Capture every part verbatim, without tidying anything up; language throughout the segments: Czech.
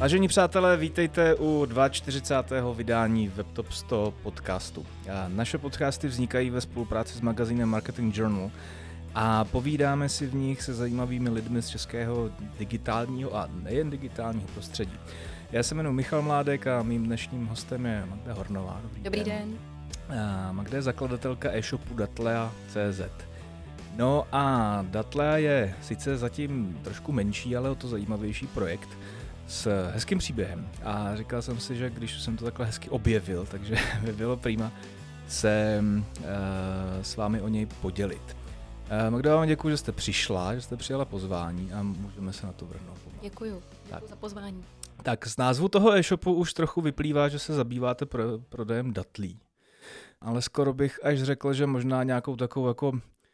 Vážení přátelé, vítejte u čtyřicátého druhého vydání WebTop sto podcastu. Naše podcasty vznikají ve spolupráci s magazínem Marketing Journal a povídáme si v nich se zajímavými lidmi z českého digitálního a nejen digitálního prostředí. Já se jmenuji Michal Mládek a mým dnešním hostem je Magda Hornová. Dobrý, Dobrý den. den. Magda je zakladatelka e-shopu Datlea tečka cé zet. No a Datlea je sice zatím trošku menší, ale o to zajímavější projekt s hezkým příběhem. A říkal jsem si, že když jsem to takhle hezky objevil, takže by bylo prima se uh, s vámi o něj podělit. Uh, Magda, vám děkuji, že jste přišla, že jste přijala pozvání a můžeme se na to vrhnout. Děkuji, děkuji za pozvání. Tak z názvu toho e-shopu už trochu vyplývá, že se zabýváte pro, prodejem datlí. Ale skoro bych až řekl, že možná nějakou takovou jako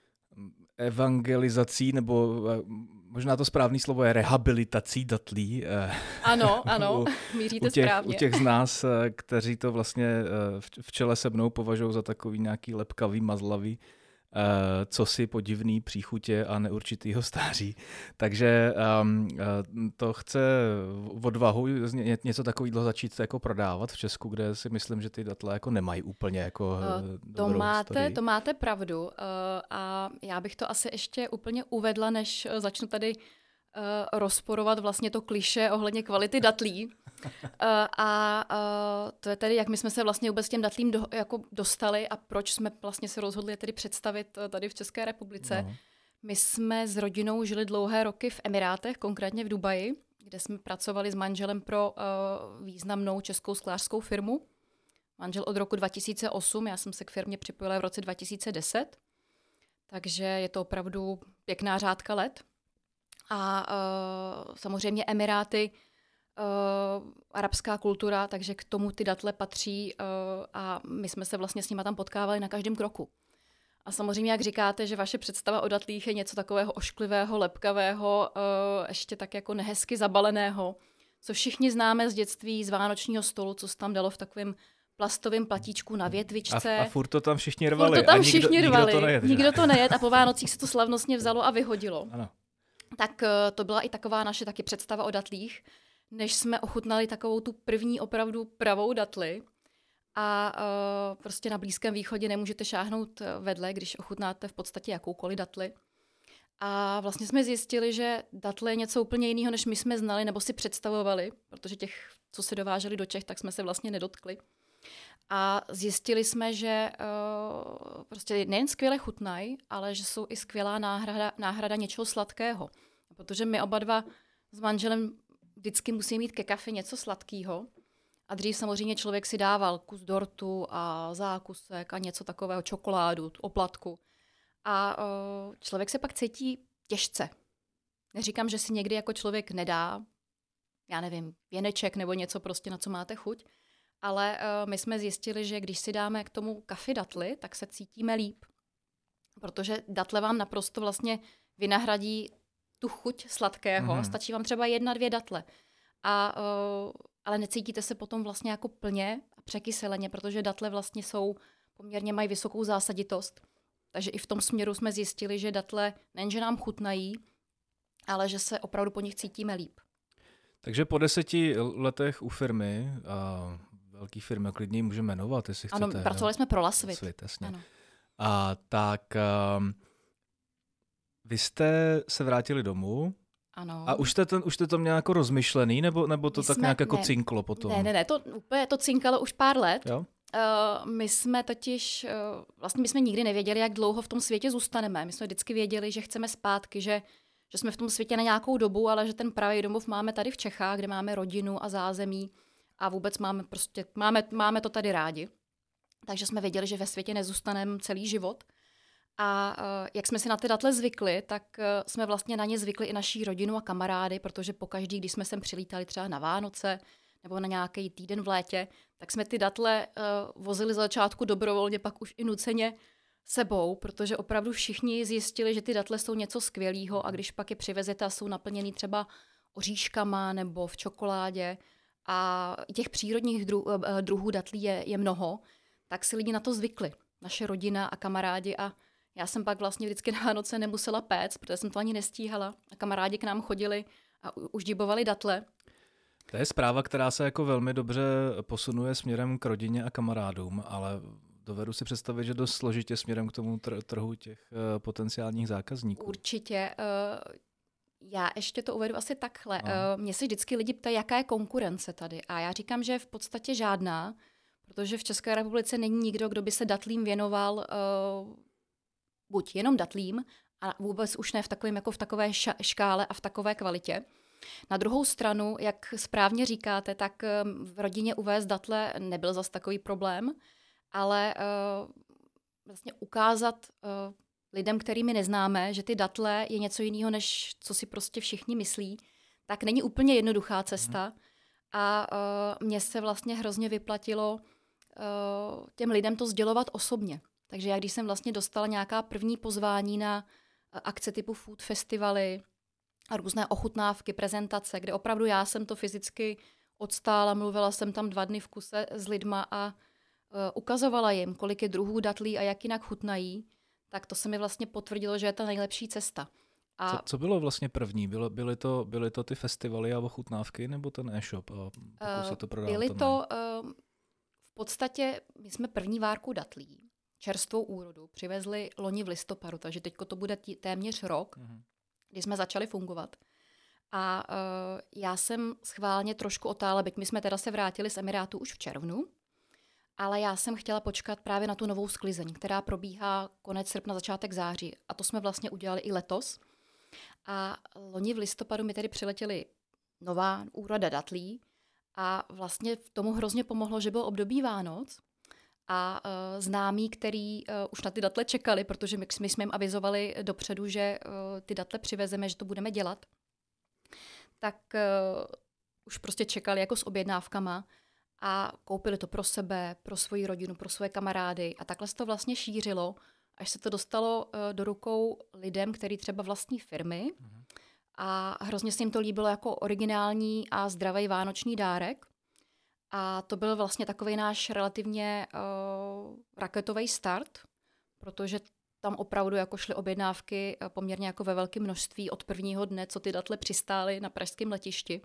evangelizací, nebo možná to správné slovo je rehabilitací datlí. Ano, ano, míříte u těch, správně. U těch z nás, kteří to vlastně v čele se mnou považují za takový nějaký lepkavý, mazlavý, cosi podivný příchutě a neurčitýho stáří. Takže um, to chce odvahu něco takového začít jako prodávat v Česku, kde si myslím, že ty datle jako nemají úplně jako uh, to máte, to máte pravdu. Uh, a já bych to asi ještě úplně uvedla, než začnu tady uh, rozporovat vlastně to klišé ohledně kvality datlí. uh, a uh, to je tedy, jak my jsme se vlastně vůbec těm datlím do, jako dostali a proč jsme vlastně se rozhodli je tedy představit tady v České republice. No. My jsme s rodinou žili dlouhé roky v Emirátech, konkrétně v Dubaji, kde jsme pracovali s manželem pro uh, významnou českou sklářskou firmu. Manžel od roku dva tisíce osm, já jsem se k firmě připojila v roce dva tisíce deset, takže je to opravdu pěkná řádka let. A uh, samozřejmě Emiráty, Uh, arabská kultura, takže k tomu ty datle patří uh, a my jsme se vlastně s nima tam potkávali na každém kroku. A samozřejmě, jak říkáte, že vaše představa o datlích je něco takového ošklivého, lepkavého, uh, ještě tak jako nehezky zabaleného, co všichni známe z dětství, z vánočního stolu, co se tam dalo v takovém plastovém platíčku na větvičce. A, a furt to tam všichni rvali. Furt to tam a všichni nikdo, rvali. Nikdo to nejet, nikdo to nejet a po Vánocích se to slavnostně vzalo a vyhodilo. Ano. Tak uh, to byla i taková naše taky představa o datlích, než jsme ochutnali takovou tu první opravdu pravou datli. A uh, prostě na Blízkém východě nemůžete šáhnout vedle, když ochutnáte v podstatě jakoukoliv datli. A vlastně jsme zjistili, že datle je něco úplně jiného, než my jsme znali nebo si představovali, protože těch, co se dováželi do Čech, tak jsme se vlastně nedotkli. A zjistili jsme, že uh, prostě nejen skvěle chutnají, ale že jsou i skvělá náhrada, náhrada něčeho sladkého. Protože my oba dva s manželem vždycky musí mít ke kafe něco sladkého. A dřív samozřejmě člověk si dával kus dortu a zákusek a něco takového, čokoládu, oplatku. A uh, člověk se pak cítí těžce. Neříkám, že si někdy jako člověk nedá, já nevím, věneček nebo něco prostě, na co máte chuť, ale uh, my jsme zjistili, že když si dáme k tomu kafi datli, tak se cítíme líp. Protože datle vám naprosto vlastně vynahradí tu chuť sladkého, mm. stačí vám třeba jedna, dvě datle. A, uh, ale necítíte se potom vlastně jako plně a překyseleně, protože datle vlastně jsou, poměrně mají vysokou zásaditost. Takže i v tom směru jsme zjistili, že datle nejenže nám chutnají, ale že se opravdu po nich cítíme líp. Takže po deseti letech u firmy, a velký firmy, klidně ji můžeme jmenovat, jestli chcete. Ano, pracovali jsme pro Lasvit. Lasvit, jasně. Ano. A tak um, vy jste se vrátili domů. Ano. A už jste, ten, už jste to měl jako rozmyšlený, nebo, nebo to my tak jsme, nějak jako ne, cinklo potom? Ne, ne, ne, to úplně to cinkalo už pár let. Jo? Uh, my jsme totiž, uh, vlastně my jsme nikdy nevěděli, jak dlouho v tom světě zůstaneme. My jsme vždycky věděli, že chceme zpátky, že, že jsme v tom světě na nějakou dobu, ale že ten pravý domov máme tady v Čechách, kde máme rodinu a zázemí a vůbec máme, prostě, máme, máme to tady rádi. Takže jsme věděli, že ve světě nezůstaneme celý život. A uh, jak jsme si na ty datle zvykli, tak uh, jsme vlastně na ně zvykli i naší rodinu a kamarády, protože pokaždý, když jsme sem přilítali třeba na Vánoce nebo na nějaký týden v létě, tak jsme ty datle uh, vozili za začátku dobrovolně, pak už i nuceně sebou, protože opravdu všichni zjistili, že ty datle jsou něco skvělého a když pak je přivezete a jsou naplněný třeba oříškama nebo v čokoládě a těch přírodních dru, uh, druhů datlí je, je mnoho, tak si lidi na to zvykli. Naše rodina a kamarádi a já jsem pak vlastně vždycky na Vánoce nemusela péct, protože jsem to ani nestíhala. A kamarádi k nám chodili a už dibovali datle. To je zpráva, která se jako velmi dobře posunuje směrem k rodině a kamarádům, ale dovedu si představit, že dost složitě směrem k tomu trhu těch potenciálních zákazníků. Určitě. Já ještě to uvedu asi takhle. No. Mě se vždycky lidi ptají, jaká je konkurence tady. A já říkám, že v podstatě žádná, protože v České republice není nikdo, kdo by se datlím věnoval uh, buď jenom datlím, a vůbec už ne v takovém, jako v takové ša- škále a v takové kvalitě. Na druhou stranu, jak správně říkáte, tak v rodině uvést datle nebyl zas takový problém, ale uh, vlastně ukázat uh, lidem, kterými neznáme, že ty datle je něco jiného, než co si prostě všichni myslí, tak není úplně jednoduchá cesta. Mm. A uh, mně se vlastně hrozně vyplatilo uh, těm lidem to sdělovat osobně. Takže já, když jsem vlastně dostala nějaká první pozvání na uh, akce typu food festivaly a různé ochutnávky, prezentace, kde opravdu já jsem to fyzicky odstála, mluvila jsem tam dva dny v kuse s lidma a uh, ukazovala jim, kolik je druhů datlí a jak jinak chutnají, tak to se mi vlastně potvrdilo, že je ta nejlepší cesta. A co, co bylo vlastně první? Bylo, byly, to, byly to ty festivaly a ochutnávky nebo ten e-shop? A se to prodalo byly to uh, v podstatě, my jsme první várku datlí, čerstvou úrodu, přivezli loni v listopadu, takže teďko to bude tí, téměř rok, uh-huh. kdy jsme začali fungovat. A uh, já jsem schválně trošku otála, byť my jsme teda se vrátili z Emirátů už v červnu, ale já jsem chtěla počkat právě na tu novou sklizeň, která probíhá konec srpna, začátek září. A to jsme vlastně udělali i letos. A loni v listopadu mi tedy přiletěly nová úroda datlí a vlastně tomu hrozně pomohlo, že bylo období Vánoc a uh, známí, který uh, už na ty datle čekali, protože my, my jsme jim avizovali dopředu, že uh, ty datle přivezeme, že to budeme dělat, tak uh, už prostě čekali jako s objednávkama a koupili to pro sebe, pro svoji rodinu, pro svoje kamarády a takhle se to vlastně šířilo, až se to dostalo uh, do rukou lidem, který třeba vlastní firmy mm. a hrozně se jim to líbilo jako originální a zdravý vánoční dárek. A to byl vlastně takový náš relativně uh, raketový start, protože tam opravdu jako šly objednávky uh, poměrně jako ve velkém množství od prvního dne, co ty datle přistály na pražském letišti.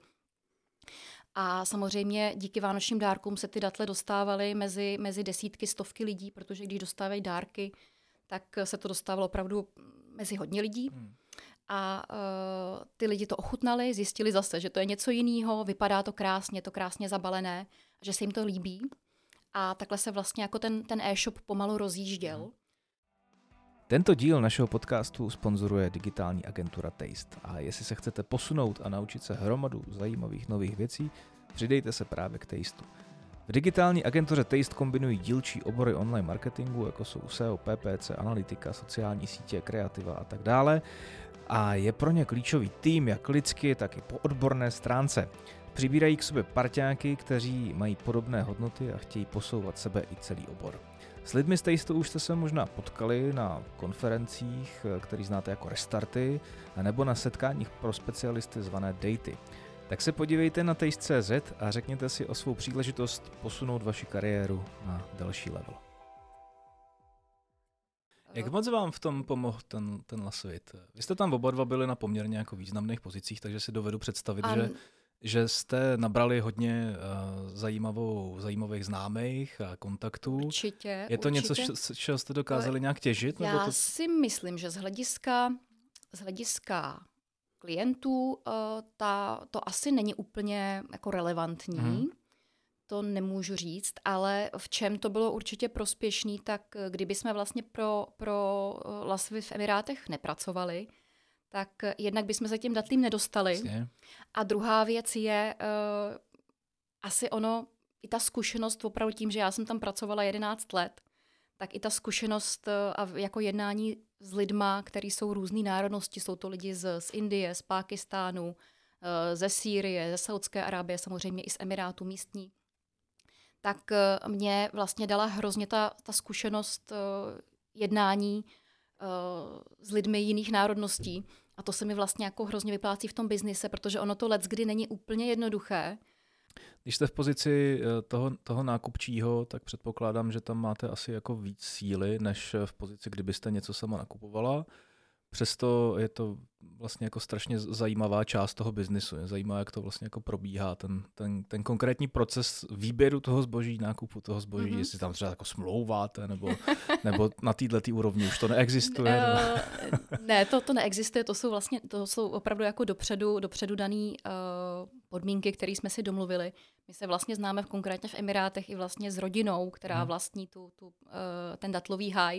A samozřejmě díky vánočním dárkům se ty datle dostávaly mezi, mezi desítky, stovky lidí, protože když dostávají dárky, tak se to dostávalo opravdu mezi hodně lidí. Hmm. A uh, ty lidi to ochutnali, zjistili zase, že to je něco jiného, vypadá to krásně, je to krásně zabalené, že se jim to líbí. A takhle se vlastně jako ten, ten e-shop pomalu rozjížděl. Hmm. Tento díl našeho podcastu sponzoruje digitální agentura Taste. A jestli se chcete posunout a naučit se hromadu zajímavých nových věcí, přidejte se právě k Tasteu. V digitální agentuře Taste kombinují dílčí obory online marketingu, jako jsou S E O, P P C, analytika, sociální sítě, kreativa a tak dále. A je pro ně klíčový tým jak lidsky, tak i po odborné stránce. Přibírají k sobě parťáky, kteří mají podobné hodnoty a chtějí posouvat sebe i celý obor. S lidmi z Tasteu už jste se možná potkali na konferencích, které znáte jako restarty, nebo na setkáních pro specialisty zvané daty. Tak se podívejte na taste tečka cé zet a řekněte si o svou příležitost posunout vaši kariéru na další level. Jak moc vám v tom pomohl ten, ten Lasovit? Vy jste tam oba dva byli na poměrně jako významných pozicích, takže si dovedu představit, um. že, že jste nabrali hodně uh, zajímavou, zajímavých známých a kontaktů. Určitě. Je to určitě. něco, z čeho jste dokázali nějak těžit? Já nebo to... si myslím, že z hlediska, z hlediska klientů uh, ta, to asi není úplně jako relevantní. Hmm. To nemůžu říct, ale v čem to bylo určitě prospěšný, tak kdyby jsme vlastně pro, pro Lasovit v Emirátech nepracovali, tak jednak bychom se tím datlím nedostali. Jasně. A druhá věc je uh, asi ono, i ta zkušenost opravdu tím, že já jsem tam pracovala jedenáct let, tak i ta zkušenost uh, a jako jednání s lidma, který jsou různý národnosti, jsou to lidi z, z Indie, z Pákistánu, uh, ze Sýrie, ze Saudské Arábie, samozřejmě i z Emirátů místní, tak uh, mě vlastně dala hrozně ta, ta zkušenost uh, jednání uh, s lidmi jiných národností. A to se mi vlastně jako hrozně vyplácí v tom biznise, protože ono to leckdy není úplně jednoduché. Když jste v pozici toho, toho nákupčího, tak předpokládám, že tam máte asi jako víc síly, než v pozici, kdybyste něco sama nakupovala. Přesto je to vlastně jako strašně zajímavá část toho biznisu. Je zajímavé, jak to vlastně jako probíhá, ten, ten, ten konkrétní proces výběru toho zboží, nákupu toho zboží, mm-hmm. jestli tam třeba jako smlouváte, nebo, nebo na této úrovni už to neexistuje. Uh, ne, to, to neexistuje, to jsou vlastně, to jsou opravdu jako dopředu, dopředu daný uh, podmínky, které jsme si domluvili. My se vlastně známe v, konkrétně v Emirátech i vlastně s rodinou, která hmm. vlastní tu, tu, uh, ten datlový háj.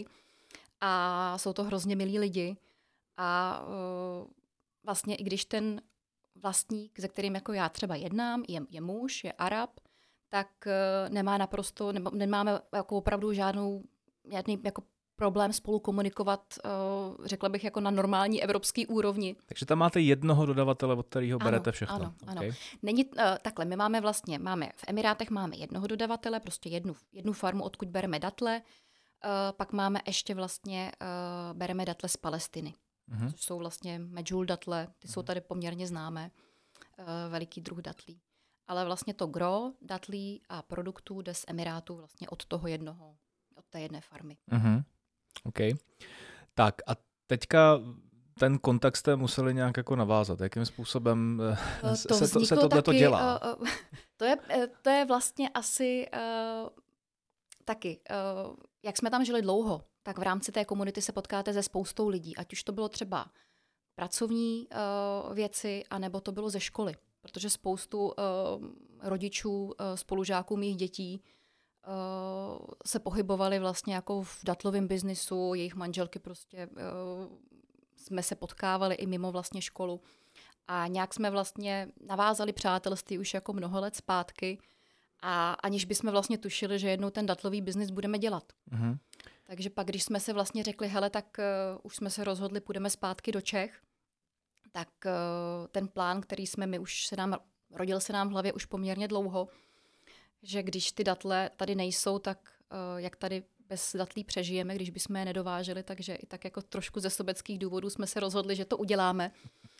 A jsou to hrozně milí lidi. A uh, vlastně i když ten vlastník, se kterým jako já třeba jednám, je, je muž, je Arab, tak uh, nemá naprosto, nebo nemáme jako opravdu žádnou, žádný jako problém spolu komunikovat, uh, řekla bych, jako na normální evropský úrovni. Takže tam máte jednoho dodavatele, od kterého berete všechno. Ano, ano. Okay. Není, uh, takhle, my máme vlastně, máme v Emirátech máme jednoho dodavatele, prostě jednu, jednu farmu, odkud bereme datle, uh, pak máme ještě vlastně, uh, bereme datle z Palestiny, uh-huh. což jsou vlastně medjool datle, ty uh-huh. jsou tady poměrně známé, uh, veliký druh datlí. Ale vlastně to gro datlí a produktů jde z Emirátů vlastně od toho jednoho, od té jedné farmy. Uh-huh. OK. Tak a teďka ten kontakt jste museli nějak jako navázat. Jakým způsobem to se, to, se tohle to dělá? Uh, uh, to, je, to je vlastně asi uh, taky. Uh, jak jsme tam žili dlouho, tak v rámci té komunity se potkáte se spoustou lidí. Ať už to bylo třeba pracovní uh, věci, anebo to bylo ze školy. Protože spoustu uh, rodičů, uh, spolužáků mých dětí Uh, se pohybovali vlastně jako v datlovém biznisu, jejich manželky prostě uh, jsme se potkávali i mimo vlastně školu a nějak jsme vlastně navázali přátelství už jako mnoho let zpátky a aniž bychom vlastně tušili, že jednou ten datlový biznis budeme dělat. Uh-huh. Takže pak, když jsme se vlastně řekli, hele, tak uh, už jsme se rozhodli, půjdeme zpátky do Čech, tak uh, ten plán, který jsme my už se nám, rodil se nám v hlavě už poměrně dlouho, že když ty datle tady nejsou, tak uh, jak tady bez datlí přežijeme, když bychom je nedováželi, takže i tak jako trošku ze sobeckých důvodů jsme se rozhodli, že to uděláme.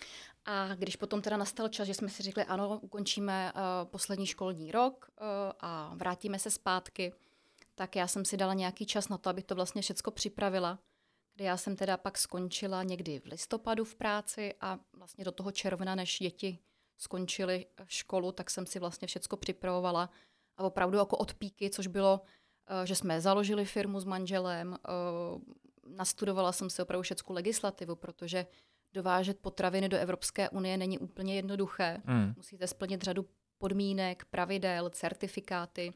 A když potom teda nastal čas, že jsme si řekli, ano, ukončíme uh, poslední školní rok uh, a vrátíme se zpátky, tak já jsem si dala nějaký čas na to, abych to vlastně všecko připravila, kde já jsem teda pak skončila někdy v listopadu v práci a vlastně do toho června, než děti skončily školu, tak jsem si vlastně všecko připravovala a opravdu jako od píky, což bylo, že jsme založili firmu s manželem, nastudovala jsem si opravdu všeckou legislativu, protože dovážet potraviny do Evropské unie není úplně jednoduché. Mm. Musíte splnit řadu podmínek, pravidel, certifikáty.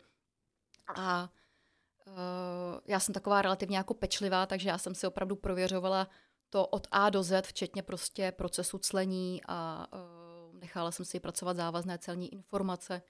A uh, já jsem taková relativně jako pečlivá, takže já jsem si opravdu prověřovala to od A do Z, včetně prostě procesu clení a uh, nechala jsem si pracovat závazné celní informace.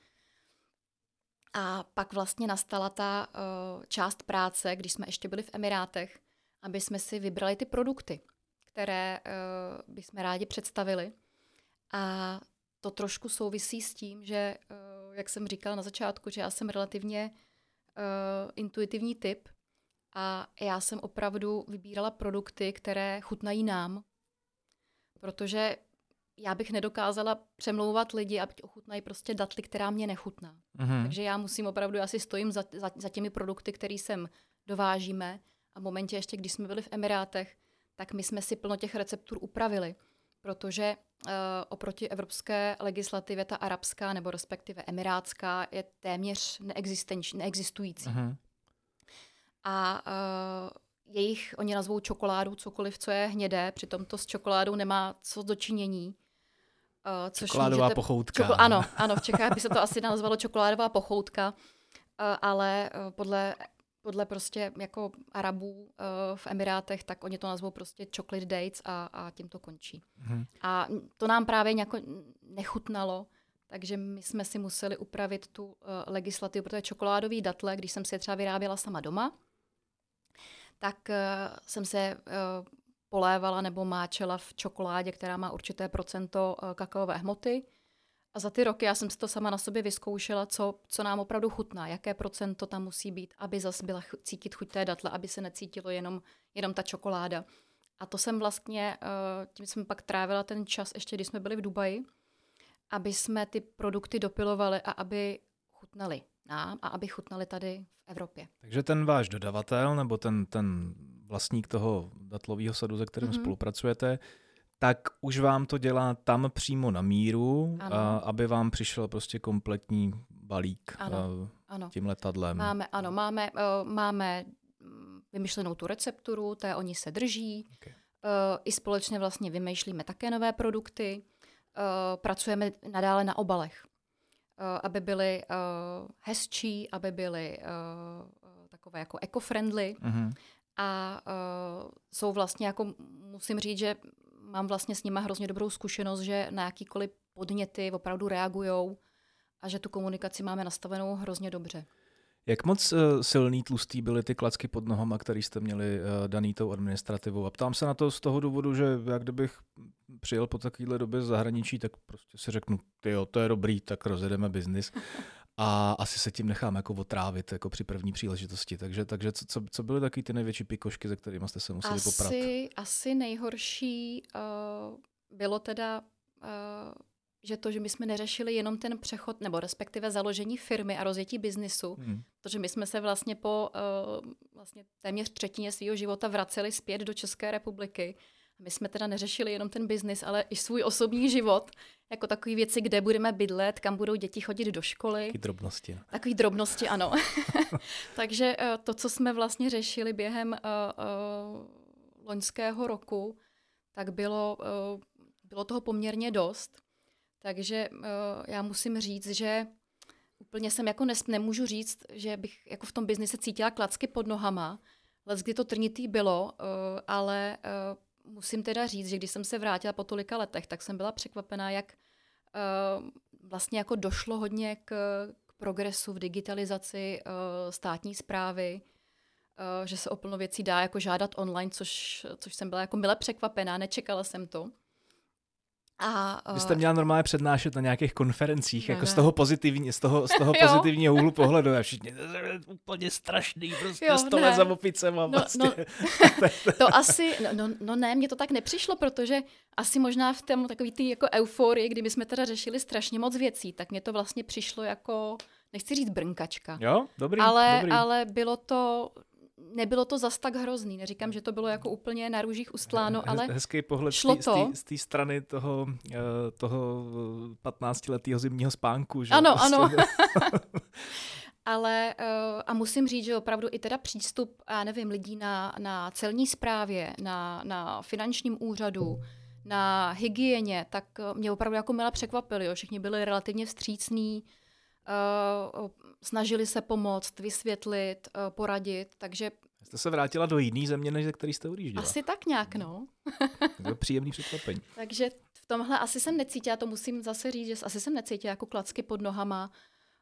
A pak vlastně nastala ta uh, část práce, když jsme ještě byli v Emirátech, aby jsme si vybrali ty produkty, které uh, bychom rádi představili. A to trošku souvisí s tím, že, uh, jak jsem říkala na začátku, že já jsem relativně uh, intuitivní typ a já jsem opravdu vybírala produkty, které chutnají nám, protože já bych nedokázala přemlouvat lidi, aby ochutnají prostě datly, která mě nechutná. Mm-hmm. Takže já musím opravdu, já si stojím za, za, za těmi produkty, které sem dovážíme. A v momentě ještě, když jsme byli v Emirátech, tak my jsme si plno těch receptur upravili, protože uh, oproti evropské legislativě ta arabská nebo respektive emirátská je téměř neexistující. Mm-hmm. A uh, jejich, oni nazvou čokoládu cokoliv, co je hnědé, přitom to s čokoládou nemá co dočinění. Uh, což čokoládová můžete, pochoutka. Čoko, ano, ano, v Čechách by se to asi nazvalo čokoládová pochoutka, uh, ale uh, podle, podle prostě jako Arabů uh, v Emirátech, tak oni to nazvou prostě chocolate dates a, a tím to končí. Hmm. A to nám právě nějak nechutnalo, takže my jsme si museli upravit tu uh, legislativu, protože čokoládový datle, když jsem si je třeba vyráběla sama doma, tak uh, jsem se uh, polévala nebo máčela v čokoládě, která má určité procento uh, kakaové hmoty. A za ty roky já jsem si to sama na sobě vyzkoušela, co, co nám opravdu chutná, jaké procento tam musí být, aby zase byla ch- cítit chuť té datle, aby se necítilo jenom, jenom ta čokoláda. A to jsem vlastně, uh, tím jsem pak trávila ten čas, ještě když jsme byli v Dubaji, aby jsme ty produkty dopilovali a aby chutnali nám a aby chutnali tady v Evropě. Takže ten váš dodavatel nebo ten, ten vlastník toho datlového sadu, se kterým mm-hmm. spolupracujete, tak už vám to dělá tam přímo na míru, a, aby vám přišel prostě kompletní balík ano, uh, ano. tím letadlem. Máme, ano, máme, uh, máme vymyšlenou tu recepturu, té oni se drží. Okay. Uh, I společně vlastně vymýšlíme také nové produkty. Uh, pracujeme nadále na obalech, uh, aby byly uh, hezčí, aby byly uh, takové jako eco-friendly. Mm-hmm. A uh, jsou vlastně, jako musím říct, že mám vlastně s nima hrozně dobrou zkušenost, že na jakýkoliv podněty opravdu reagujou a že tu komunikaci máme nastavenou hrozně dobře. Jak moc uh, silný, tlustý byly ty klacky pod nohama, který jste měli uh, daný tou administrativou? A ptám se na to z toho důvodu, že jak kdybych přijel po takovéhle době z zahraničí, tak prostě si řeknu, tyjo, to je dobrý, tak rozjedeme biznis. A asi se tím nechám jako otrávit jako při první příležitosti. Takže, takže co, co, co byly taky ty největší pikošky, ze kterými jste se museli asi, poprat? Asi nejhorší uh, bylo teda, uh, že to, že my jsme neřešili jenom ten přechod, nebo respektive založení firmy a rozjetí biznisu, hmm. protože my jsme se vlastně po uh, vlastně téměř třetině svého života vraceli zpět do České republiky. My jsme teda neřešili jenom ten biznis, ale i svůj osobní život, jako takové věci, kde budeme bydlet, kam budou děti chodit do školy. Takové drobnosti. Takové drobnosti, ano. Takže to, co jsme vlastně řešili během uh, uh, loňského roku, tak bylo, uh, bylo toho poměrně dost. Takže uh, já musím říct, že úplně jsem jako nes, nemůžu říct, že bych jako v tom biznise cítila klacky pod nohama. Leckdy to trnitý bylo, uh, ale uh, musím teda říct, že když jsem se vrátila po tolika letech, tak jsem byla překvapená, jak uh, vlastně jako došlo hodně k, k progresu v digitalizaci uh, státní správy, uh, že se o plno věcí dá jako žádat online, což, což jsem byla jako mile překvapená, nečekala jsem to. A, uh, Vy jste měla normálně přednášet na nějakých konferencích, ne, jako ne. z toho, pozitivní, z toho, z toho pozitivního úhlu pohledu. A všichni, to je úplně strašný, prostě jo, stole za opicema. No, vlastně. no, to asi, no, no ne, mně to tak nepřišlo, protože asi možná v tom takový ty jako euforii, kdy my jsme teda řešili strašně moc věcí, tak mně to vlastně přišlo jako, nechci říct brnkačka. Jo, dobrý, ale, dobrý. Ale bylo to... Nebylo to zas tak hrozný, neříkám, že to bylo jako úplně na růžích ustláno, ale hezký pohled šlo to. z té strany toho, toho patnáctiletého zimního spánku. Že? Ano, prostě. ano. Ale a musím říct, že opravdu i teda přístup, já nevím, lidí na, na celní správě, na, na finančním úřadu, na hygieně, tak mě opravdu jako mile překvapili. Jo. Všichni byli relativně vstřícní, Uh, snažili se pomoct, vysvětlit, uh, poradit, takže... Jste se vrátila do jiný země, než ze který jste odjížděla. Asi tak nějak, no. To bylo příjemný překvapení. Takže v tomhle asi jsem necítila, to musím zase říct, že asi jsem necítila jako klacky pod nohama.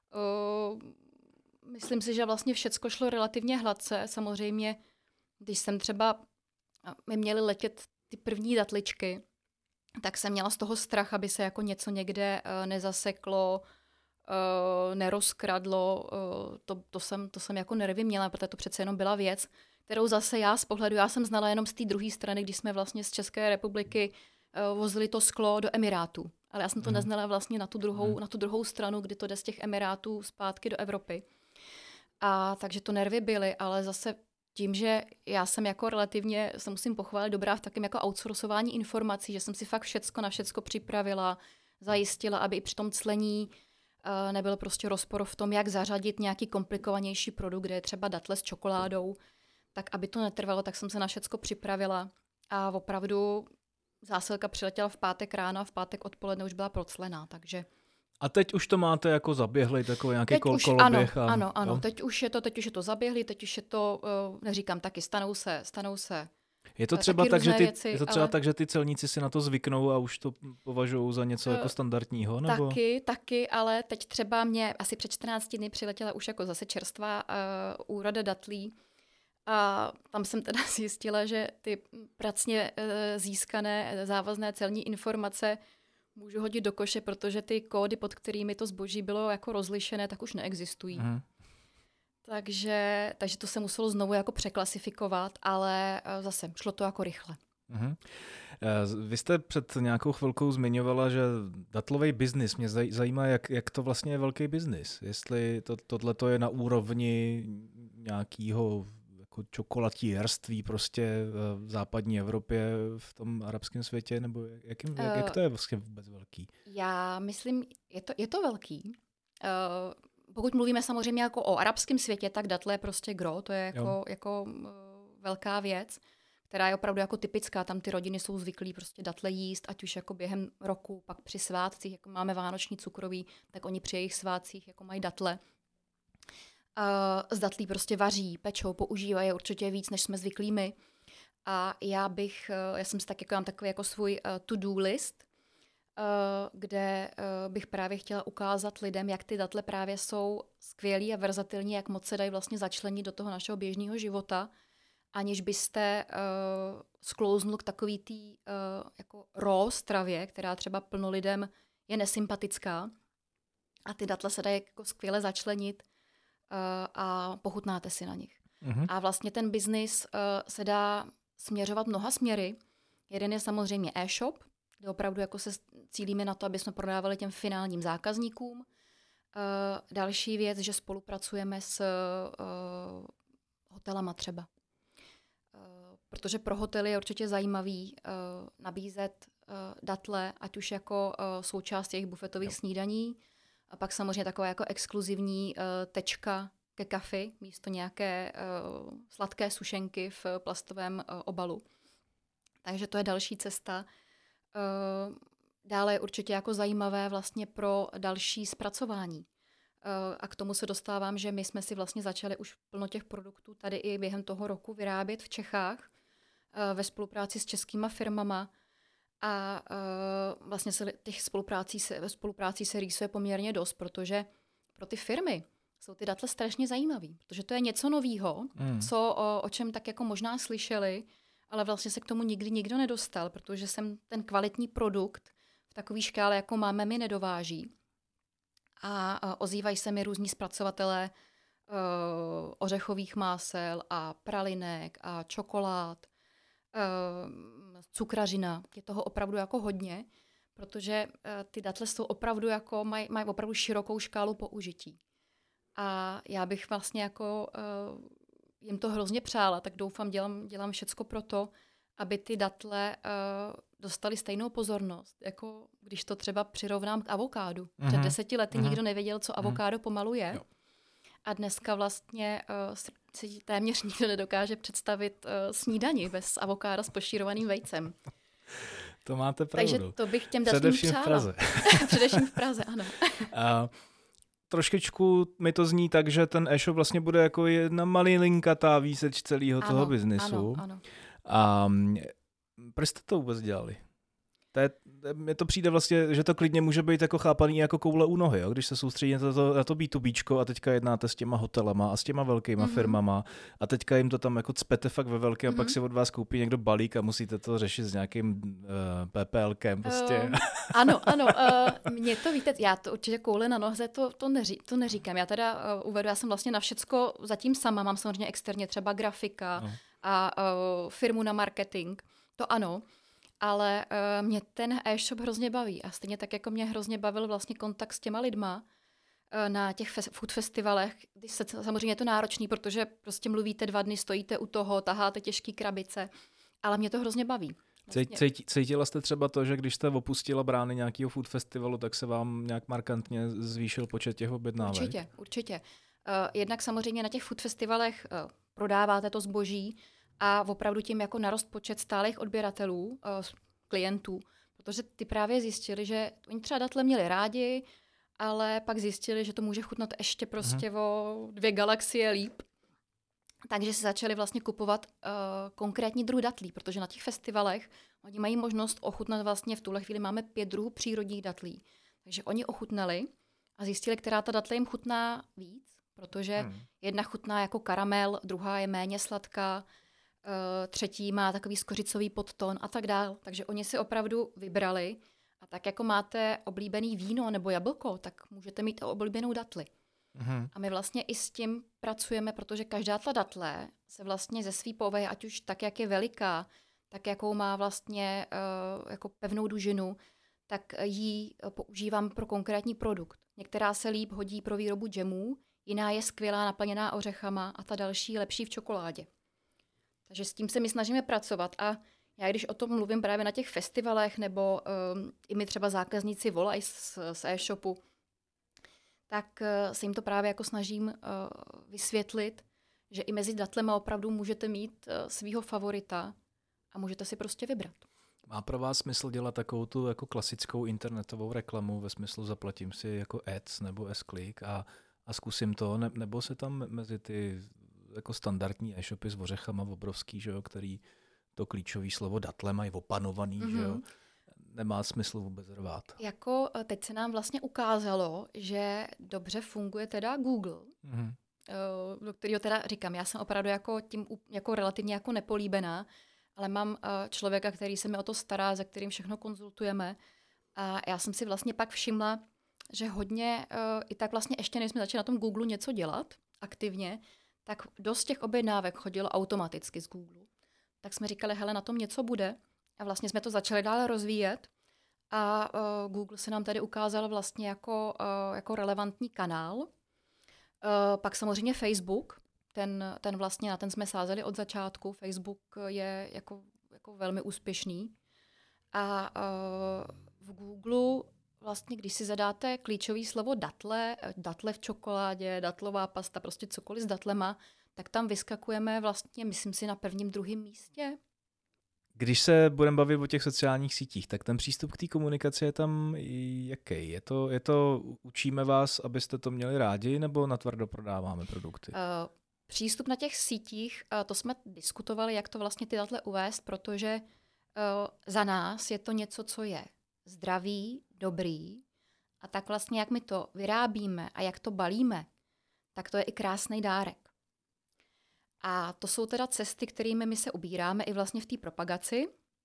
Uh, myslím si, že vlastně všecko šlo relativně hladce. Samozřejmě, když jsem třeba... My měli letět ty první datličky, tak jsem měla z toho strach, aby se jako něco někde uh, nezaseklo, Uh, nerozkradlo, uh, to, to, jsem, to jsem jako nervy měla, protože to přece jenom byla věc, kterou zase já z pohledu, já jsem znala jenom z té druhé strany, když jsme vlastně z České republiky uh, vozili to sklo do Emirátů. Ale já jsem to mm. neznala vlastně na tu, druhou, mm. na tu druhou stranu, kdy to jde z těch Emirátů zpátky do Evropy. A takže to nervy byly, ale zase tím, že já jsem jako relativně, se musím pochválit, dobrá v takém jako outsourcování informací, že jsem si fakt všecko na všecko připravila, zajistila, aby i při tom clení nebyl prostě rozpor v tom, jak zařadit nějaký komplikovanější produkt, kde je třeba datle s čokoládou, tak aby to netrvalo, tak jsem se na všecko připravila a opravdu zásilka přiletěla v pátek ráno a v pátek odpoledne už byla proclená, takže... A teď už to máte jako zaběhlý, takový nějaký teď kol, už, koloběh? Ano, a, ano, ano. No? Teď už je to, teď už je to zaběhlý, teď už je to, uh, neříkám taky, stanou se, stanou se Je to třeba, tak, že ty, věci, je to třeba ale... tak, že ty celníci si na to zvyknou a už to považují za něco uh, jako standardního? Nebo? Taky, taky, ale teď třeba mě asi před čtrnácti dny přiletěla už jako zase čerstvá uh, úroda datlí. A tam jsem teda zjistila, že ty pracně uh, získané závazné celní informace můžu hodit do koše, protože ty kódy, pod kterými to zboží bylo jako rozlišené, tak už neexistují. Uh-huh. Takže, takže to se muselo znovu jako překlasifikovat, ale zase šlo to jako rychle. Uh-huh. Vy jste před nějakou chvilkou zmiňovala, že datlový biznis, mě zajímá, jak, jak to vlastně je velký biznis. Jestli to, tohleto je na úrovni nějakého jako jako čokolatierství prostě v západní Evropě, v tom arabském světě, nebo jak, jak, jak to je vlastně vůbec velký? Já myslím, je to, je to velký. Uh, pokud mluvíme samozřejmě jako o arabském světě, tak datle je prostě gro, to je jako, jako uh, velká věc, která je opravdu jako typická. Tam ty rodiny jsou zvyklí prostě datle jíst, ať už jako během roku, pak při svátcích, jako máme vánoční cukroví, tak oni při jejich svátcích jako mají datle. Uh, z datlí prostě vaří, pečou, používají určitě víc, než jsme zvyklí my. A já bych, uh, já jsem si tak jako, mám takový jako svůj uh, to-do list, uh, kde uh, bych právě chtěla ukázat lidem, jak ty datle právě jsou skvělý a verzatilní, jak moc se dají vlastně začlenit do toho našeho běžného života, aniž byste uh, sklouznul k takový tý uh, jako raw stravě, která třeba plno lidem je nesympatická. A ty datle se dají jako skvěle začlenit uh, a pochutnáte si na nich. Mm-hmm. A vlastně ten biznis uh, se dá směřovat mnoha směry. Jeden je samozřejmě e-shop, kde opravdu jako se cílíme na to, aby jsme prodávali těm finálním zákazníkům. Uh, další věc, že spolupracujeme s uh, hotelama třeba. Protože pro hotely je určitě zajímavý uh, nabízet uh, datle, ať už jako uh, součást jejich bufetových jo. snídaní, a pak samozřejmě taková jako exkluzivní uh, tečka ke kafi, místo nějaké uh, sladké sušenky v plastovém uh, obalu. Takže to je další cesta. Uh, dále je určitě jako zajímavé vlastně pro další zpracování. A k tomu se dostávám, že my jsme si vlastně začali už plno těch produktů tady i během toho roku vyrábět v Čechách ve spolupráci s českýma firmama. A vlastně se těch spoluprácí se, ve spolupráci se rýsuje poměrně dost, protože pro ty firmy jsou ty datle strašně zajímavý, protože to je něco novýho, mm. co, o, o čem tak jako možná slyšeli, ale vlastně se k tomu nikdy nikdo nedostal, protože sem ten kvalitní produkt v takové škále, jako máme my, nedováží. A ozývají se mi různí zpracovatelé uh, ořechových másel a pralinek a čokolád, uh, cukrařina. Je toho opravdu jako hodně, protože uh, ty datle jsou opravdu jako, mají maj opravdu širokou škálu použití. A já bych vlastně jako uh, jim to hrozně přála, tak doufám, dělám, dělám všecko pro to, aby ty datle uh, dostaly stejnou pozornost, jako když to třeba přirovnám k avokádu. Mm-hmm. Před deseti lety mm-hmm. nikdo nevěděl, co avokádo mm-hmm. pomalu je. Jo. A dneska vlastně uh, si téměř nikdo nedokáže představit uh, snídani bez avokáda s pošírovaným vejcem. To máte pravdu. Takže to bych těm datlím Především přála. v Praze. Především v Praze, ano. A trošičku mi to zní tak, že ten e-shop vlastně bude jako jedna malinkatá výseč celého toho biznisu. Ano, ano. A proč jste to vůbec dělali? To je, mně to přijde vlastně, že to klidně může být jako chápaný jako koule u nohy, jo? Když se soustředíte na to, na to bé dvě béčko a teďka jednáte s těma hotelama a s těma velkýma mm-hmm. firmama a teďka jim to tam jako cpete fakt ve velkém mm-hmm. a pak si od vás koupí někdo balík a musíte to řešit s nějakým uh, PPLkem prostě. Uh, ano, ano. Uh, mě to víte, já to určitě koule na noze to, to, neří, to neříkám. Já teda uh, uvedu, já jsem vlastně na všecko zatím sama, mám samozřejmě externě třeba grafika no. a uh, firmu na marketing, to ano. Ale uh, mě ten e-shop hrozně baví a stejně tak, jako mě hrozně bavil vlastně kontakt s těma lidma uh, na těch fe- food festivalech, když se samozřejmě je to náročný, protože prostě mluvíte dva dny, stojíte u toho, taháte těžký krabice, ale mě to hrozně baví. Vlastně. Cítila jste třeba to, že když jste opustila brány nějakého food festivalu, tak se vám nějak markantně zvýšil počet těch objednávek? Určitě, určitě. Uh, jednak samozřejmě na těch food festivalech uh, prodáváte to zboží, a opravdu tím jako narost počet stálých odběratelů, uh, klientů, protože ty právě zjistili, že oni třeba datle měli rádi, ale pak zjistili, že to může chutnat ještě prostě uh-huh. o dvě galaxie líp. Takže si začali vlastně kupovat uh, konkrétní druh datlí, protože na těch festivalech oni mají možnost ochutnat vlastně, v tuhle chvíli máme pět druhů přírodních datlí. Takže oni ochutnali a zjistili, která ta datle jim chutná víc, protože hmm. jedna chutná jako karamel, druhá je méně sladká, Uh, třetí má takový skořicový podton a tak dál. Takže oni si opravdu vybrali a tak jako máte oblíbený víno nebo jablko, tak můžete mít oblíbenou datli. Mm-hmm. A my vlastně i s tím pracujeme, protože každá ta datle se vlastně ze svý povahy, ať už tak, jak je veliká, tak jakou má vlastně uh, jako pevnou dužinu, tak ji používám pro konkrétní produkt. Některá se líp hodí pro výrobu džemů, jiná je skvělá, naplněná ořechama a ta další lepší v čokoládě. Takže s tím se my snažíme pracovat a já když o tom mluvím právě na těch festivalech nebo um, i mi třeba zákazníci volají z, z e-shopu, tak uh, se jim to právě jako snažím uh, vysvětlit, že i mezi datlema opravdu můžete mít uh, svýho favorita a můžete si prostě vybrat. Má pro vás smysl dělat takovou tu jako klasickou internetovou reklamu ve smyslu zaplatím si jako ads nebo s-click a, a zkusím to, ne, nebo se tam mezi ty jako standardní e-shopy s ořechama obrovský, že jo, který to klíčové slovo datle mají opanovaný, mm-hmm. že jo, nemá smysl vůbec rvát. Jako teď se nám vlastně ukázalo, že dobře funguje teda Google, mm-hmm. do kterého teda říkám, já jsem opravdu jako tím jako relativně jako nepolíbená, ale mám člověka, který se mi o to stará, za kterým všechno konzultujeme a já jsem si vlastně pak všimla, že hodně, i tak vlastně ještě než jsme začali na tom Google něco dělat aktivně, tak dost těch objednávek chodilo automaticky z Google. Tak jsme říkali, hele, na tom něco bude. A vlastně jsme to začali dále rozvíjet. A uh, Google se nám tady ukázal vlastně jako, uh, jako relevantní kanál. Uh, pak samozřejmě Facebook. Ten, ten vlastně, na ten jsme sázeli od začátku. Facebook je jako, jako velmi úspěšný. A uh, v Google vlastně, když si zadáte klíčové slovo datle, datle v čokoládě, datlová pasta, prostě cokoliv s datlema, tak tam vyskakujeme vlastně, myslím si, na prvním, druhém místě. Když se budeme bavit o těch sociálních sítích, tak ten přístup k té komunikaci je tam jaký? Je to, je to, učíme vás, abyste to měli rádi, nebo natvrdo prodáváme produkty? Uh, přístup na těch sítích, uh, to jsme diskutovali, jak to vlastně ty datle uvést, protože uh, za nás je to něco, co je zdravý, dobrý a tak vlastně, jak my to vyrábíme a jak to balíme, tak to je i krásný dárek. A to jsou teda cesty, kterými my se ubíráme i vlastně v té propagaci.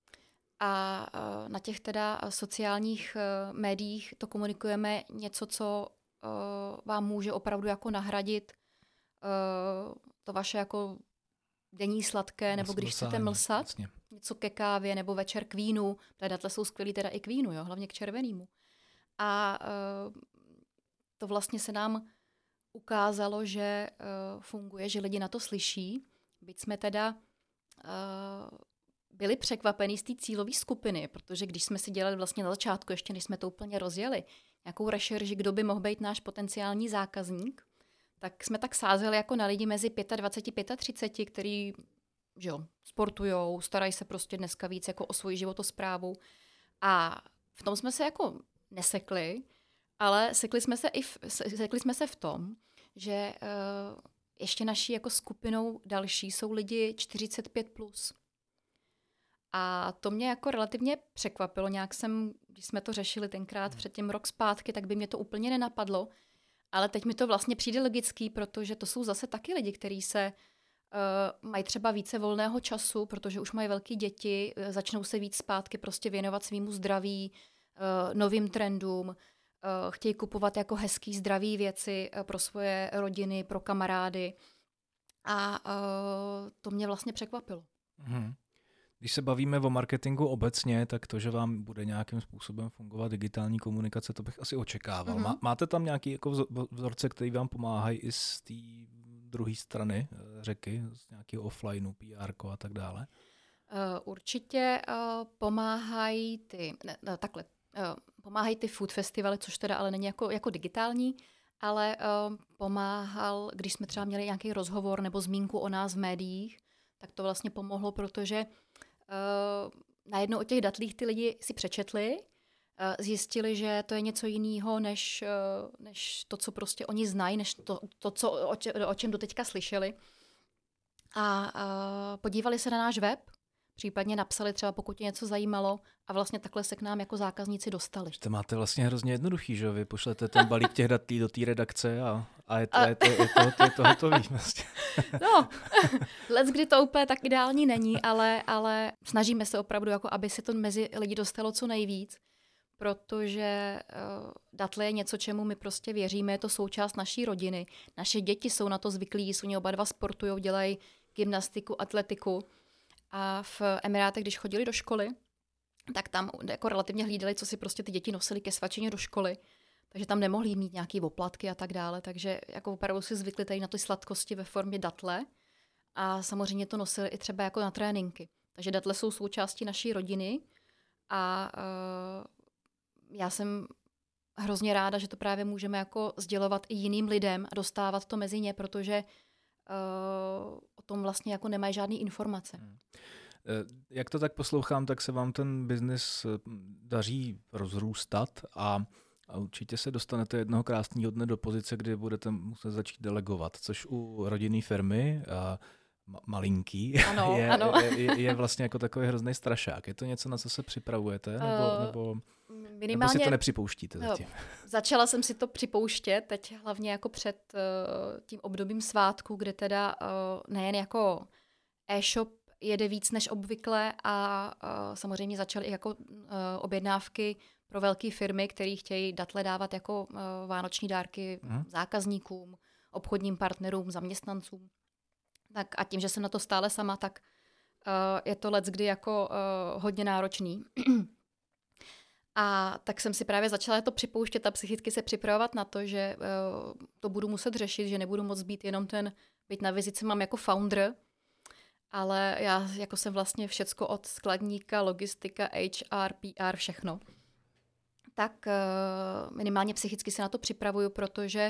A uh, na těch teda sociálních uh, médiích to komunikujeme něco, co uh, vám může opravdu jako nahradit uh, to vaše jako denní sladké, nebo když chcete mlsat, jasně. Něco ke kávě, nebo večer k vínu. Ty datle jsou skvělý teda i k vínu, jo, hlavně k červenému. A uh, to vlastně se nám ukázalo, že uh, funguje, že lidi na to slyší. Byť jsme teda uh, byli překvapení z té cílové skupiny, protože když jsme si dělali vlastně na začátku, ještě než jsme to úplně rozjeli, nějakou rešerži, kdo by mohl být náš potenciální zákazník, tak jsme tak sázeli jako na lidi mezi dvacet pět a třicet pět, který že jo, sportujou, starají se prostě dneska víc jako o svoji životosprávu. A v tom jsme se jako nesekli, ale sekli jsme se i v, sekli jsme se v tom, že uh, ještě naší jako skupinou další jsou lidi čtyřicet pět plus. A to mě jako relativně překvapilo. Nějak jsem, když jsme to řešili tenkrát hmm. předtím rok zpátky, tak by mě to úplně nenapadlo. Ale teď mi to vlastně přijde logický, protože to jsou zase taky lidi, kteří se uh, mají třeba více volného času, protože už mají velké děti, uh, začnou se víc zpátky prostě věnovat svýmu zdraví, uh, novým trendům, uh, chtějí kupovat jako hezký, zdravý věci uh, pro svoje rodiny, pro kamarády. A uh, to mě vlastně překvapilo. Hmm. Když se bavíme o marketingu obecně, tak to, že vám bude nějakým způsobem fungovat digitální komunikace, to bych asi očekával. Mm-hmm. Máte tam nějaké jako vzorce, které vám pomáhají i z té druhé strany řeky, z nějakého offlineu, P R ko a tak dále? Uh, určitě uh, pomáhají ty, ne, ne, takhle, uh, pomáhají ty food festivaly, což teda ale není jako, jako digitální, ale uh, pomáhal, když jsme třeba měli nějaký rozhovor nebo zmínku o nás v médiích, tak to vlastně pomohlo, protože Uh, najednou o těch datlích ty lidi si přečetli, uh, zjistili, že to je něco jiného, než, uh, než to, co prostě oni znají, než to, to co, o, če, o čem doteďka slyšeli. A uh, podívali se na náš web, případně napsali třeba, pokud je něco zajímalo, a vlastně takhle se k nám jako zákazníci dostali. To máte vlastně hrozně jednoduchý, že vy pošlete ten balík těch datlí do té redakce a, a je to, a... je to, je to, to, je to hotový. Vlastně. No, leckdy to úplně tak ideální není, ale, ale snažíme se opravdu, jako aby se to mezi lidi dostalo co nejvíc, protože uh, datle je něco, čemu my prostě věříme, je to součást naší rodiny. Naše děti jsou na to zvyklí, oni oba dva sportují, dělají gymnastiku, atletiku. A v Emirátech, když chodili do školy, tak tam jako relativně hlídali, co si prostě ty děti nosily ke svačině do školy. Takže tam nemohli mít nějaký oplatky a tak dále. Takže jako opravdu si zvykli tady na ty sladkosti ve formě datle. a samozřejmě to nosili i třeba jako na tréninky. Takže datle jsou součástí naší rodiny a uh, já jsem hrozně ráda, že to právě můžeme jako sdělovat i jiným lidem a dostávat to mezi ně, protože uh, o tom vlastně jako nemají žádný informace. Hmm. Jak to tak poslouchám, tak se vám ten biznis daří rozrůstat a A určitě se dostanete jednoho krásného dne do pozice, kdy budete muset začít delegovat, což u rodinné firmy, a malinký, ano, je, ano. je, je, je vlastně jako takový hrozný strašák. Je to něco, na co se připravujete, nebo, uh, nebo, minimálně, nebo si to nepřipouštíte zatím? Začala jsem si to připouštět, teď hlavně jako před uh, tím obdobím svátku, kde teda uh, nejen jako e-shop jede víc než obvykle a uh, samozřejmě začaly i jako uh, objednávky pro velké firmy, které chtějí datle dávat jako uh, vánoční dárky hmm. zákazníkům, obchodním partnerům, zaměstnancům. Tak a tím, že jsem na to stále sama, tak uh, je to leckdy jako uh, hodně náročný. A tak jsem si právě začala to připouštět a psychicky se připravovat na to, že uh, to budu muset řešit, že nebudu moc být jenom ten, být na vizici mám jako founder, ale já jako jsem vlastně všecko od skladníka, logistika, H R, P R, všechno. Tak uh, minimálně psychicky se na to připravuju, protože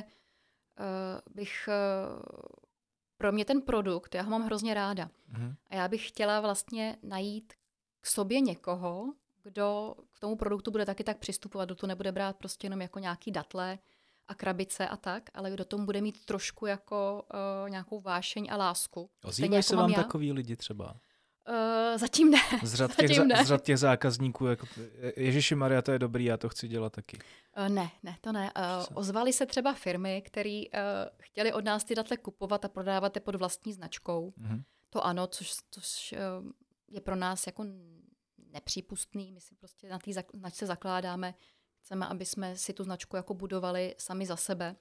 uh, bych... Uh, pro mě ten produkt, já ho mám hrozně ráda. Mm. A já bych chtěla vlastně najít k sobě někoho, kdo k tomu produktu bude taky tak přistupovat, kdo to nebude brát prostě jenom jako nějaký datle a krabice a tak, ale kdo tomu bude mít trošku jako uh, nějakou vášeň a lásku. Ozývají se vám takový lidi třeba? Uh, zatím ne. Z řad těch, zatím ne. Z řad těch zákazníků, jako Ježišimaria, to je dobrý, já to chci dělat taky. Uh, ne, ne, to ne. Uh, ozvaly se třeba firmy, které uh, chtěly od nás ty datle kupovat a prodávat je pod vlastní značkou. Mm-hmm. To ano, což, což uh, je pro nás jako nepřípustný. My si prostě na té značce zakládáme. Chceme, aby jsme si tu značku jako budovali sami za sebe.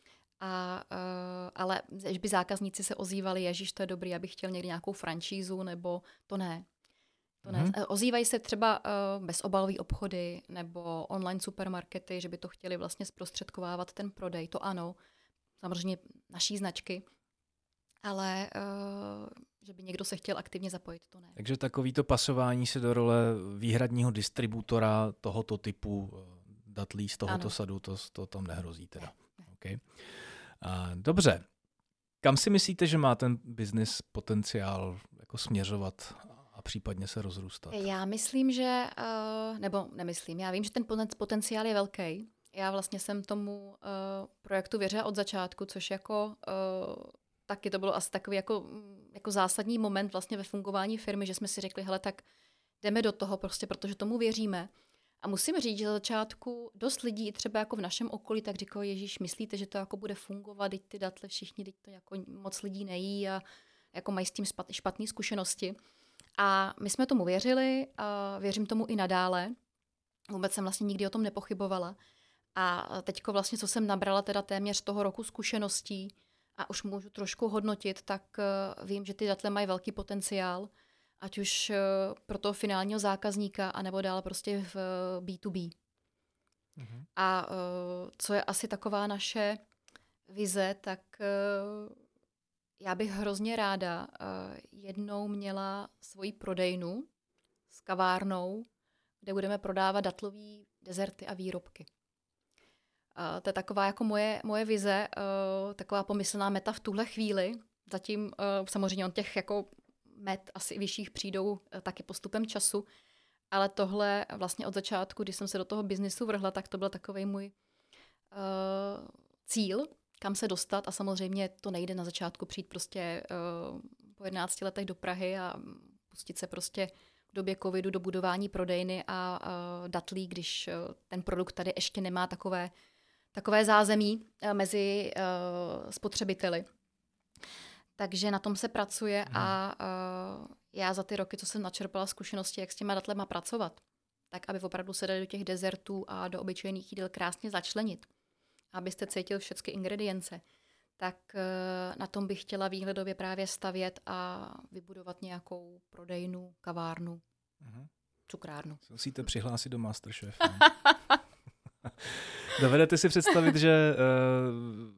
A, uh, ale když by zákazníci se ozývali, ježiš, to je dobrý, já bych chtěl někdy nějakou franšízu, nebo to ne. To ne. Mm-hmm. Ozývají se třeba uh, bezobalové obchody nebo online supermarkety, že by to chtěli vlastně zprostředkovávat ten prodej. To ano, samozřejmě naší značky, ale uh, že by někdo se chtěl aktivně zapojit, to ne. Takže takovýto pasování se do role výhradního distributora tohoto typu datlí z tohoto ano. sadu, to, to tam nehrozí teda. Ne, ne. Okay. A, dobře. Kam si myslíte, že má ten biznis potenciál jako směřovat a případně se rozrůstat? Já myslím, že, uh, nebo nemyslím, já vím, že ten potenciál je velký. Já vlastně jsem tomu uh, projektu věřila od začátku, což jako uh, taky to bylo asi takový jako, jako zásadní moment vlastně ve fungování firmy, že jsme si řekli, hele, tak jdeme do toho prostě, protože tomu věříme. A musím říct, že za začátku dost lidí, třeba jako v našem okolí, tak říkalo, Ježíš, myslíte, že to jako bude fungovat, teď ty datle všichni, teď to jako moc lidí nejí a jako mají s tím špatné zkušenosti. A my jsme tomu věřili a věřím tomu i nadále. Vůbec jsem vlastně nikdy o tom nepochybovala. A teďko vlastně, co jsem nabrala teda téměř toho roku zkušeností a už můžu trošku hodnotit, tak vím, že ty datle mají velký potenciál, ať už pro toho finálního zákazníka, anebo dál prostě v bé dvě bé. Mhm. A co je asi taková naše vize, tak já bych hrozně ráda jednou měla svoji prodejnu s kavárnou, kde budeme prodávat datlové dezerty a výrobky. To je taková jako moje, moje vize, taková pomyslná meta v tuhle chvíli. Zatím samozřejmě on těch jako met asi vyšších přijdou taky postupem času, ale tohle vlastně od začátku, když jsem se do toho biznisu vrhla, tak to byl takovej můj uh, cíl, kam se dostat a samozřejmě to nejde na začátku přijít prostě uh, po jedenácti letech do Prahy a pustit se prostě v době covidu do budování prodejny a uh, datlí, když uh, ten produkt tady ještě nemá takové, takové zázemí uh, mezi uh, spotřebiteli. Takže na tom se pracuje hmm. a uh, já za ty roky, co jsem načerpala zkušenosti, jak s těma datlema pracovat, tak aby opravdu se dali do těch dezertů a do obyčejných jídel krásně začlenit, abyste cítil všechny ingredience, tak uh, na tom bych chtěla výhledově právě stavět a vybudovat nějakou prodejnu, kavárnu, hmm. cukrárnu. Musíte přihlásit do Masterchef. Dovedete si představit, že uh,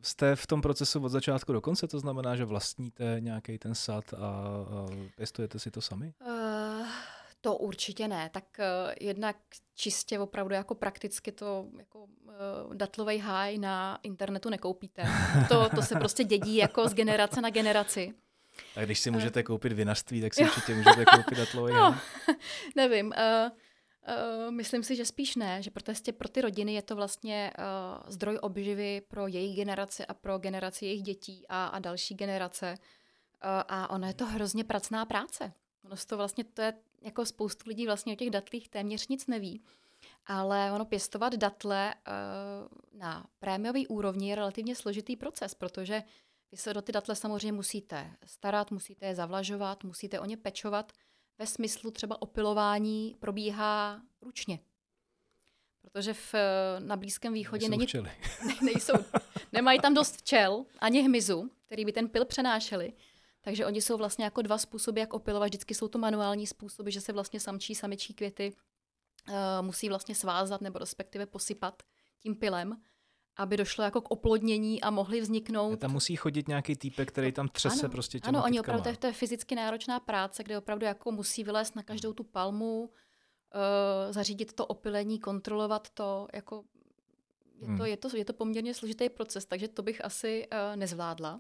jste v tom procesu od začátku do konce? To znamená, že vlastníte nějaký ten sad a, a pěstujete si to sami? Uh, to určitě ne. Tak uh, jednak čistě opravdu jako prakticky to jako uh, datlovej háj na internetu nekoupíte. To, to se prostě dědí jako z generace na generaci. Tak když si můžete koupit vinařství, tak si určitě můžete koupit datlovej háj. No, nevím. Uh, uh, myslím si, že spíš ne, že prostě pro ty rodiny je to vlastně uh, zdroj obživy pro jejich generaci a pro generaci jejich dětí a, a další generace. Uh, a ono je to hrozně pracná práce. Ono to vlastně, to je jako spoustu lidí vlastně o těch datlích téměř nic neví. Ale ono pěstovat datle uh, na prémiový úrovni je relativně složitý proces, protože vy se do ty datle samozřejmě musíte starat, musíte je zavlažovat, musíte o ně pečovat. Ve smyslu třeba opilování probíhá ručně. Protože v, na Blízkém východě není, včely. Ne, nejsou, nemají tam dost včel, ani hmyzu, který by ten pyl přenášeli. Takže oni jsou vlastně jako dva způsoby, jak opilovat. Vždycky jsou to manuální způsoby, že se vlastně samčí, samičí květy uh, musí vlastně svázat nebo respektive posypat tím pylem, aby došlo jako k oplodnění a mohly vzniknout. Tam musí chodit nějaký týpek, který tam třese ano, prostě těma Ano, oni kytkama. opravdu, to je fyzicky náročná práce, kde opravdu jako musí vylézt na každou tu palmu, uh, zařídit to opylení, kontrolovat to, jako je, hmm. to, je, to, je to poměrně složitý proces, takže to bych asi uh, nezvládla.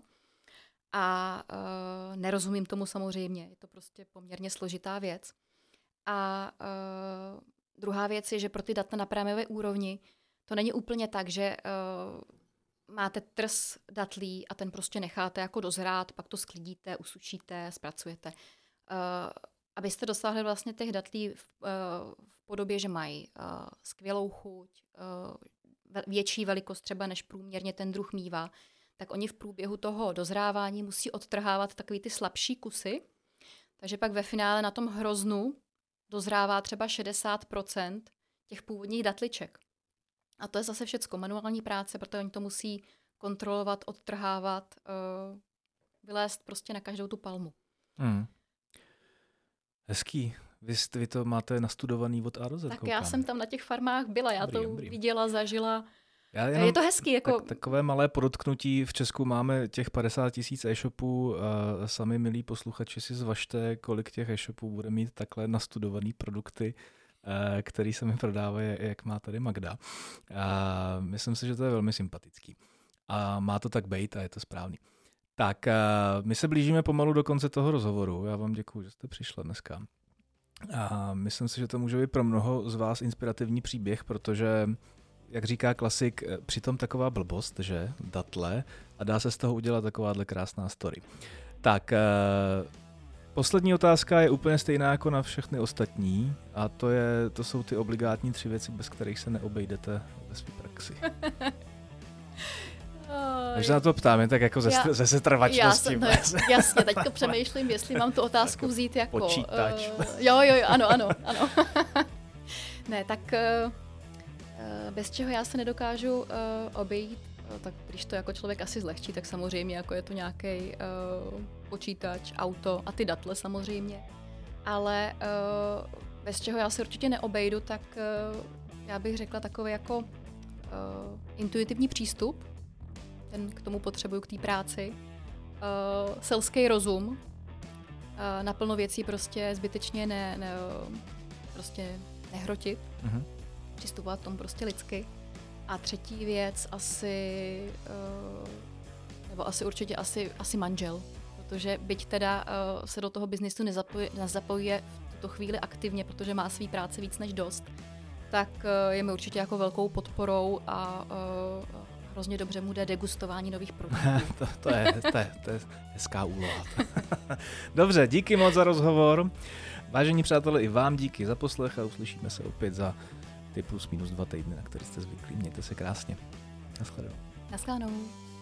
A uh, nerozumím tomu samozřejmě, je to prostě poměrně složitá věc. A uh, druhá věc je, že pro ty data na prémiové úrovni to není úplně tak, že uh, máte trs datlí a ten prostě necháte jako dozrát, pak to sklidíte, usušíte, zpracujete. Uh, abyste dosáhli vlastně těch datlí v, uh, v podobě, že mají uh, skvělou chuť, uh, větší velikost třeba než průměrně ten druh mívá, tak oni v průběhu toho dozrávání musí odtrhávat takový ty slabší kusy, takže pak ve finále na tom hroznu dozrává třeba šedesát procent těch původních datliček. A to je zase všecko manuální práce, protože oni to musí kontrolovat, odtrhávat, uh, vylézt prostě na každou tu palmu. Hmm. Hezký. Vy, jste, vy to máte nastudovaný od A do Z. Tak koukám. Já jsem tam na těch farmách byla, já dobrý, to dobrý. viděla, zažila. Já jenom, je to hezký. Jako... tak, takové malé podotknutí. V Česku máme těch padesát tisíc e-shopů. A sami, milí posluchači, si zvažte, kolik těch e-shopů bude mít takhle nastudovaný produkty, který se mi prodávají, jak má tady Magda. A myslím si, že to je velmi sympatický. A má to tak bejt a je to správný. Tak, my se blížíme pomalu do konce toho rozhovoru. Já vám děkuju, že jste přišla dneska. A myslím si, že to může být pro mnoho z vás inspirativní příběh, protože, jak říká klasik, přitom taková blbost, že datle, a dá se z toho udělat takováhle krásná story. Tak, poslední otázka je úplně stejná jako na všechny ostatní a to, je, to jsou ty obligátní tři věci, bez kterých se neobejdete ve své praxi. Takže na to ptám, jen tak jako ze, já, ze setrvačnosti. No, jasně, teďko přemýšlím, jestli mám tu otázku vzít jako... Počítač. Uh, jo, jo, jo, ano, ano, ano. Ne, tak uh, bez čeho já se nedokážu uh, obejít, uh, tak když to jako člověk asi zlehčí, tak samozřejmě jako je to nějaký uh, počítač, auto a ty datle samozřejmě. Ale uh, bez čeho já se určitě neobejdu, tak uh, já bych řekla takový jako uh, intuitivní přístup. Ten k tomu potřebuju k té práci. Uh, selský rozum. Uh, naplno věcí prostě zbytečně ne, ne, prostě nehrotit. Mm-hmm. Přistupovat k tomu prostě lidsky. A třetí věc asi, uh, nebo asi určitě asi, asi manžel. Protože byť teda uh, se do toho biznisu nezapojuje, nezapojuje v tuto chvíli aktivně, protože má svý práce víc než dost, tak uh, je mi určitě jako velkou podporou a uh, hrozně dobře mu jde degustování nových produktů. to, to, je, to, je, to je hezká úloha. Dobře, díky moc za rozhovor. Vážení přátelé, i vám díky za poslech a uslyšíme se opět za ty plus minus dva týdny, na který jste zvyklí. Mějte se krásně. Naschledanou. Naschledanou.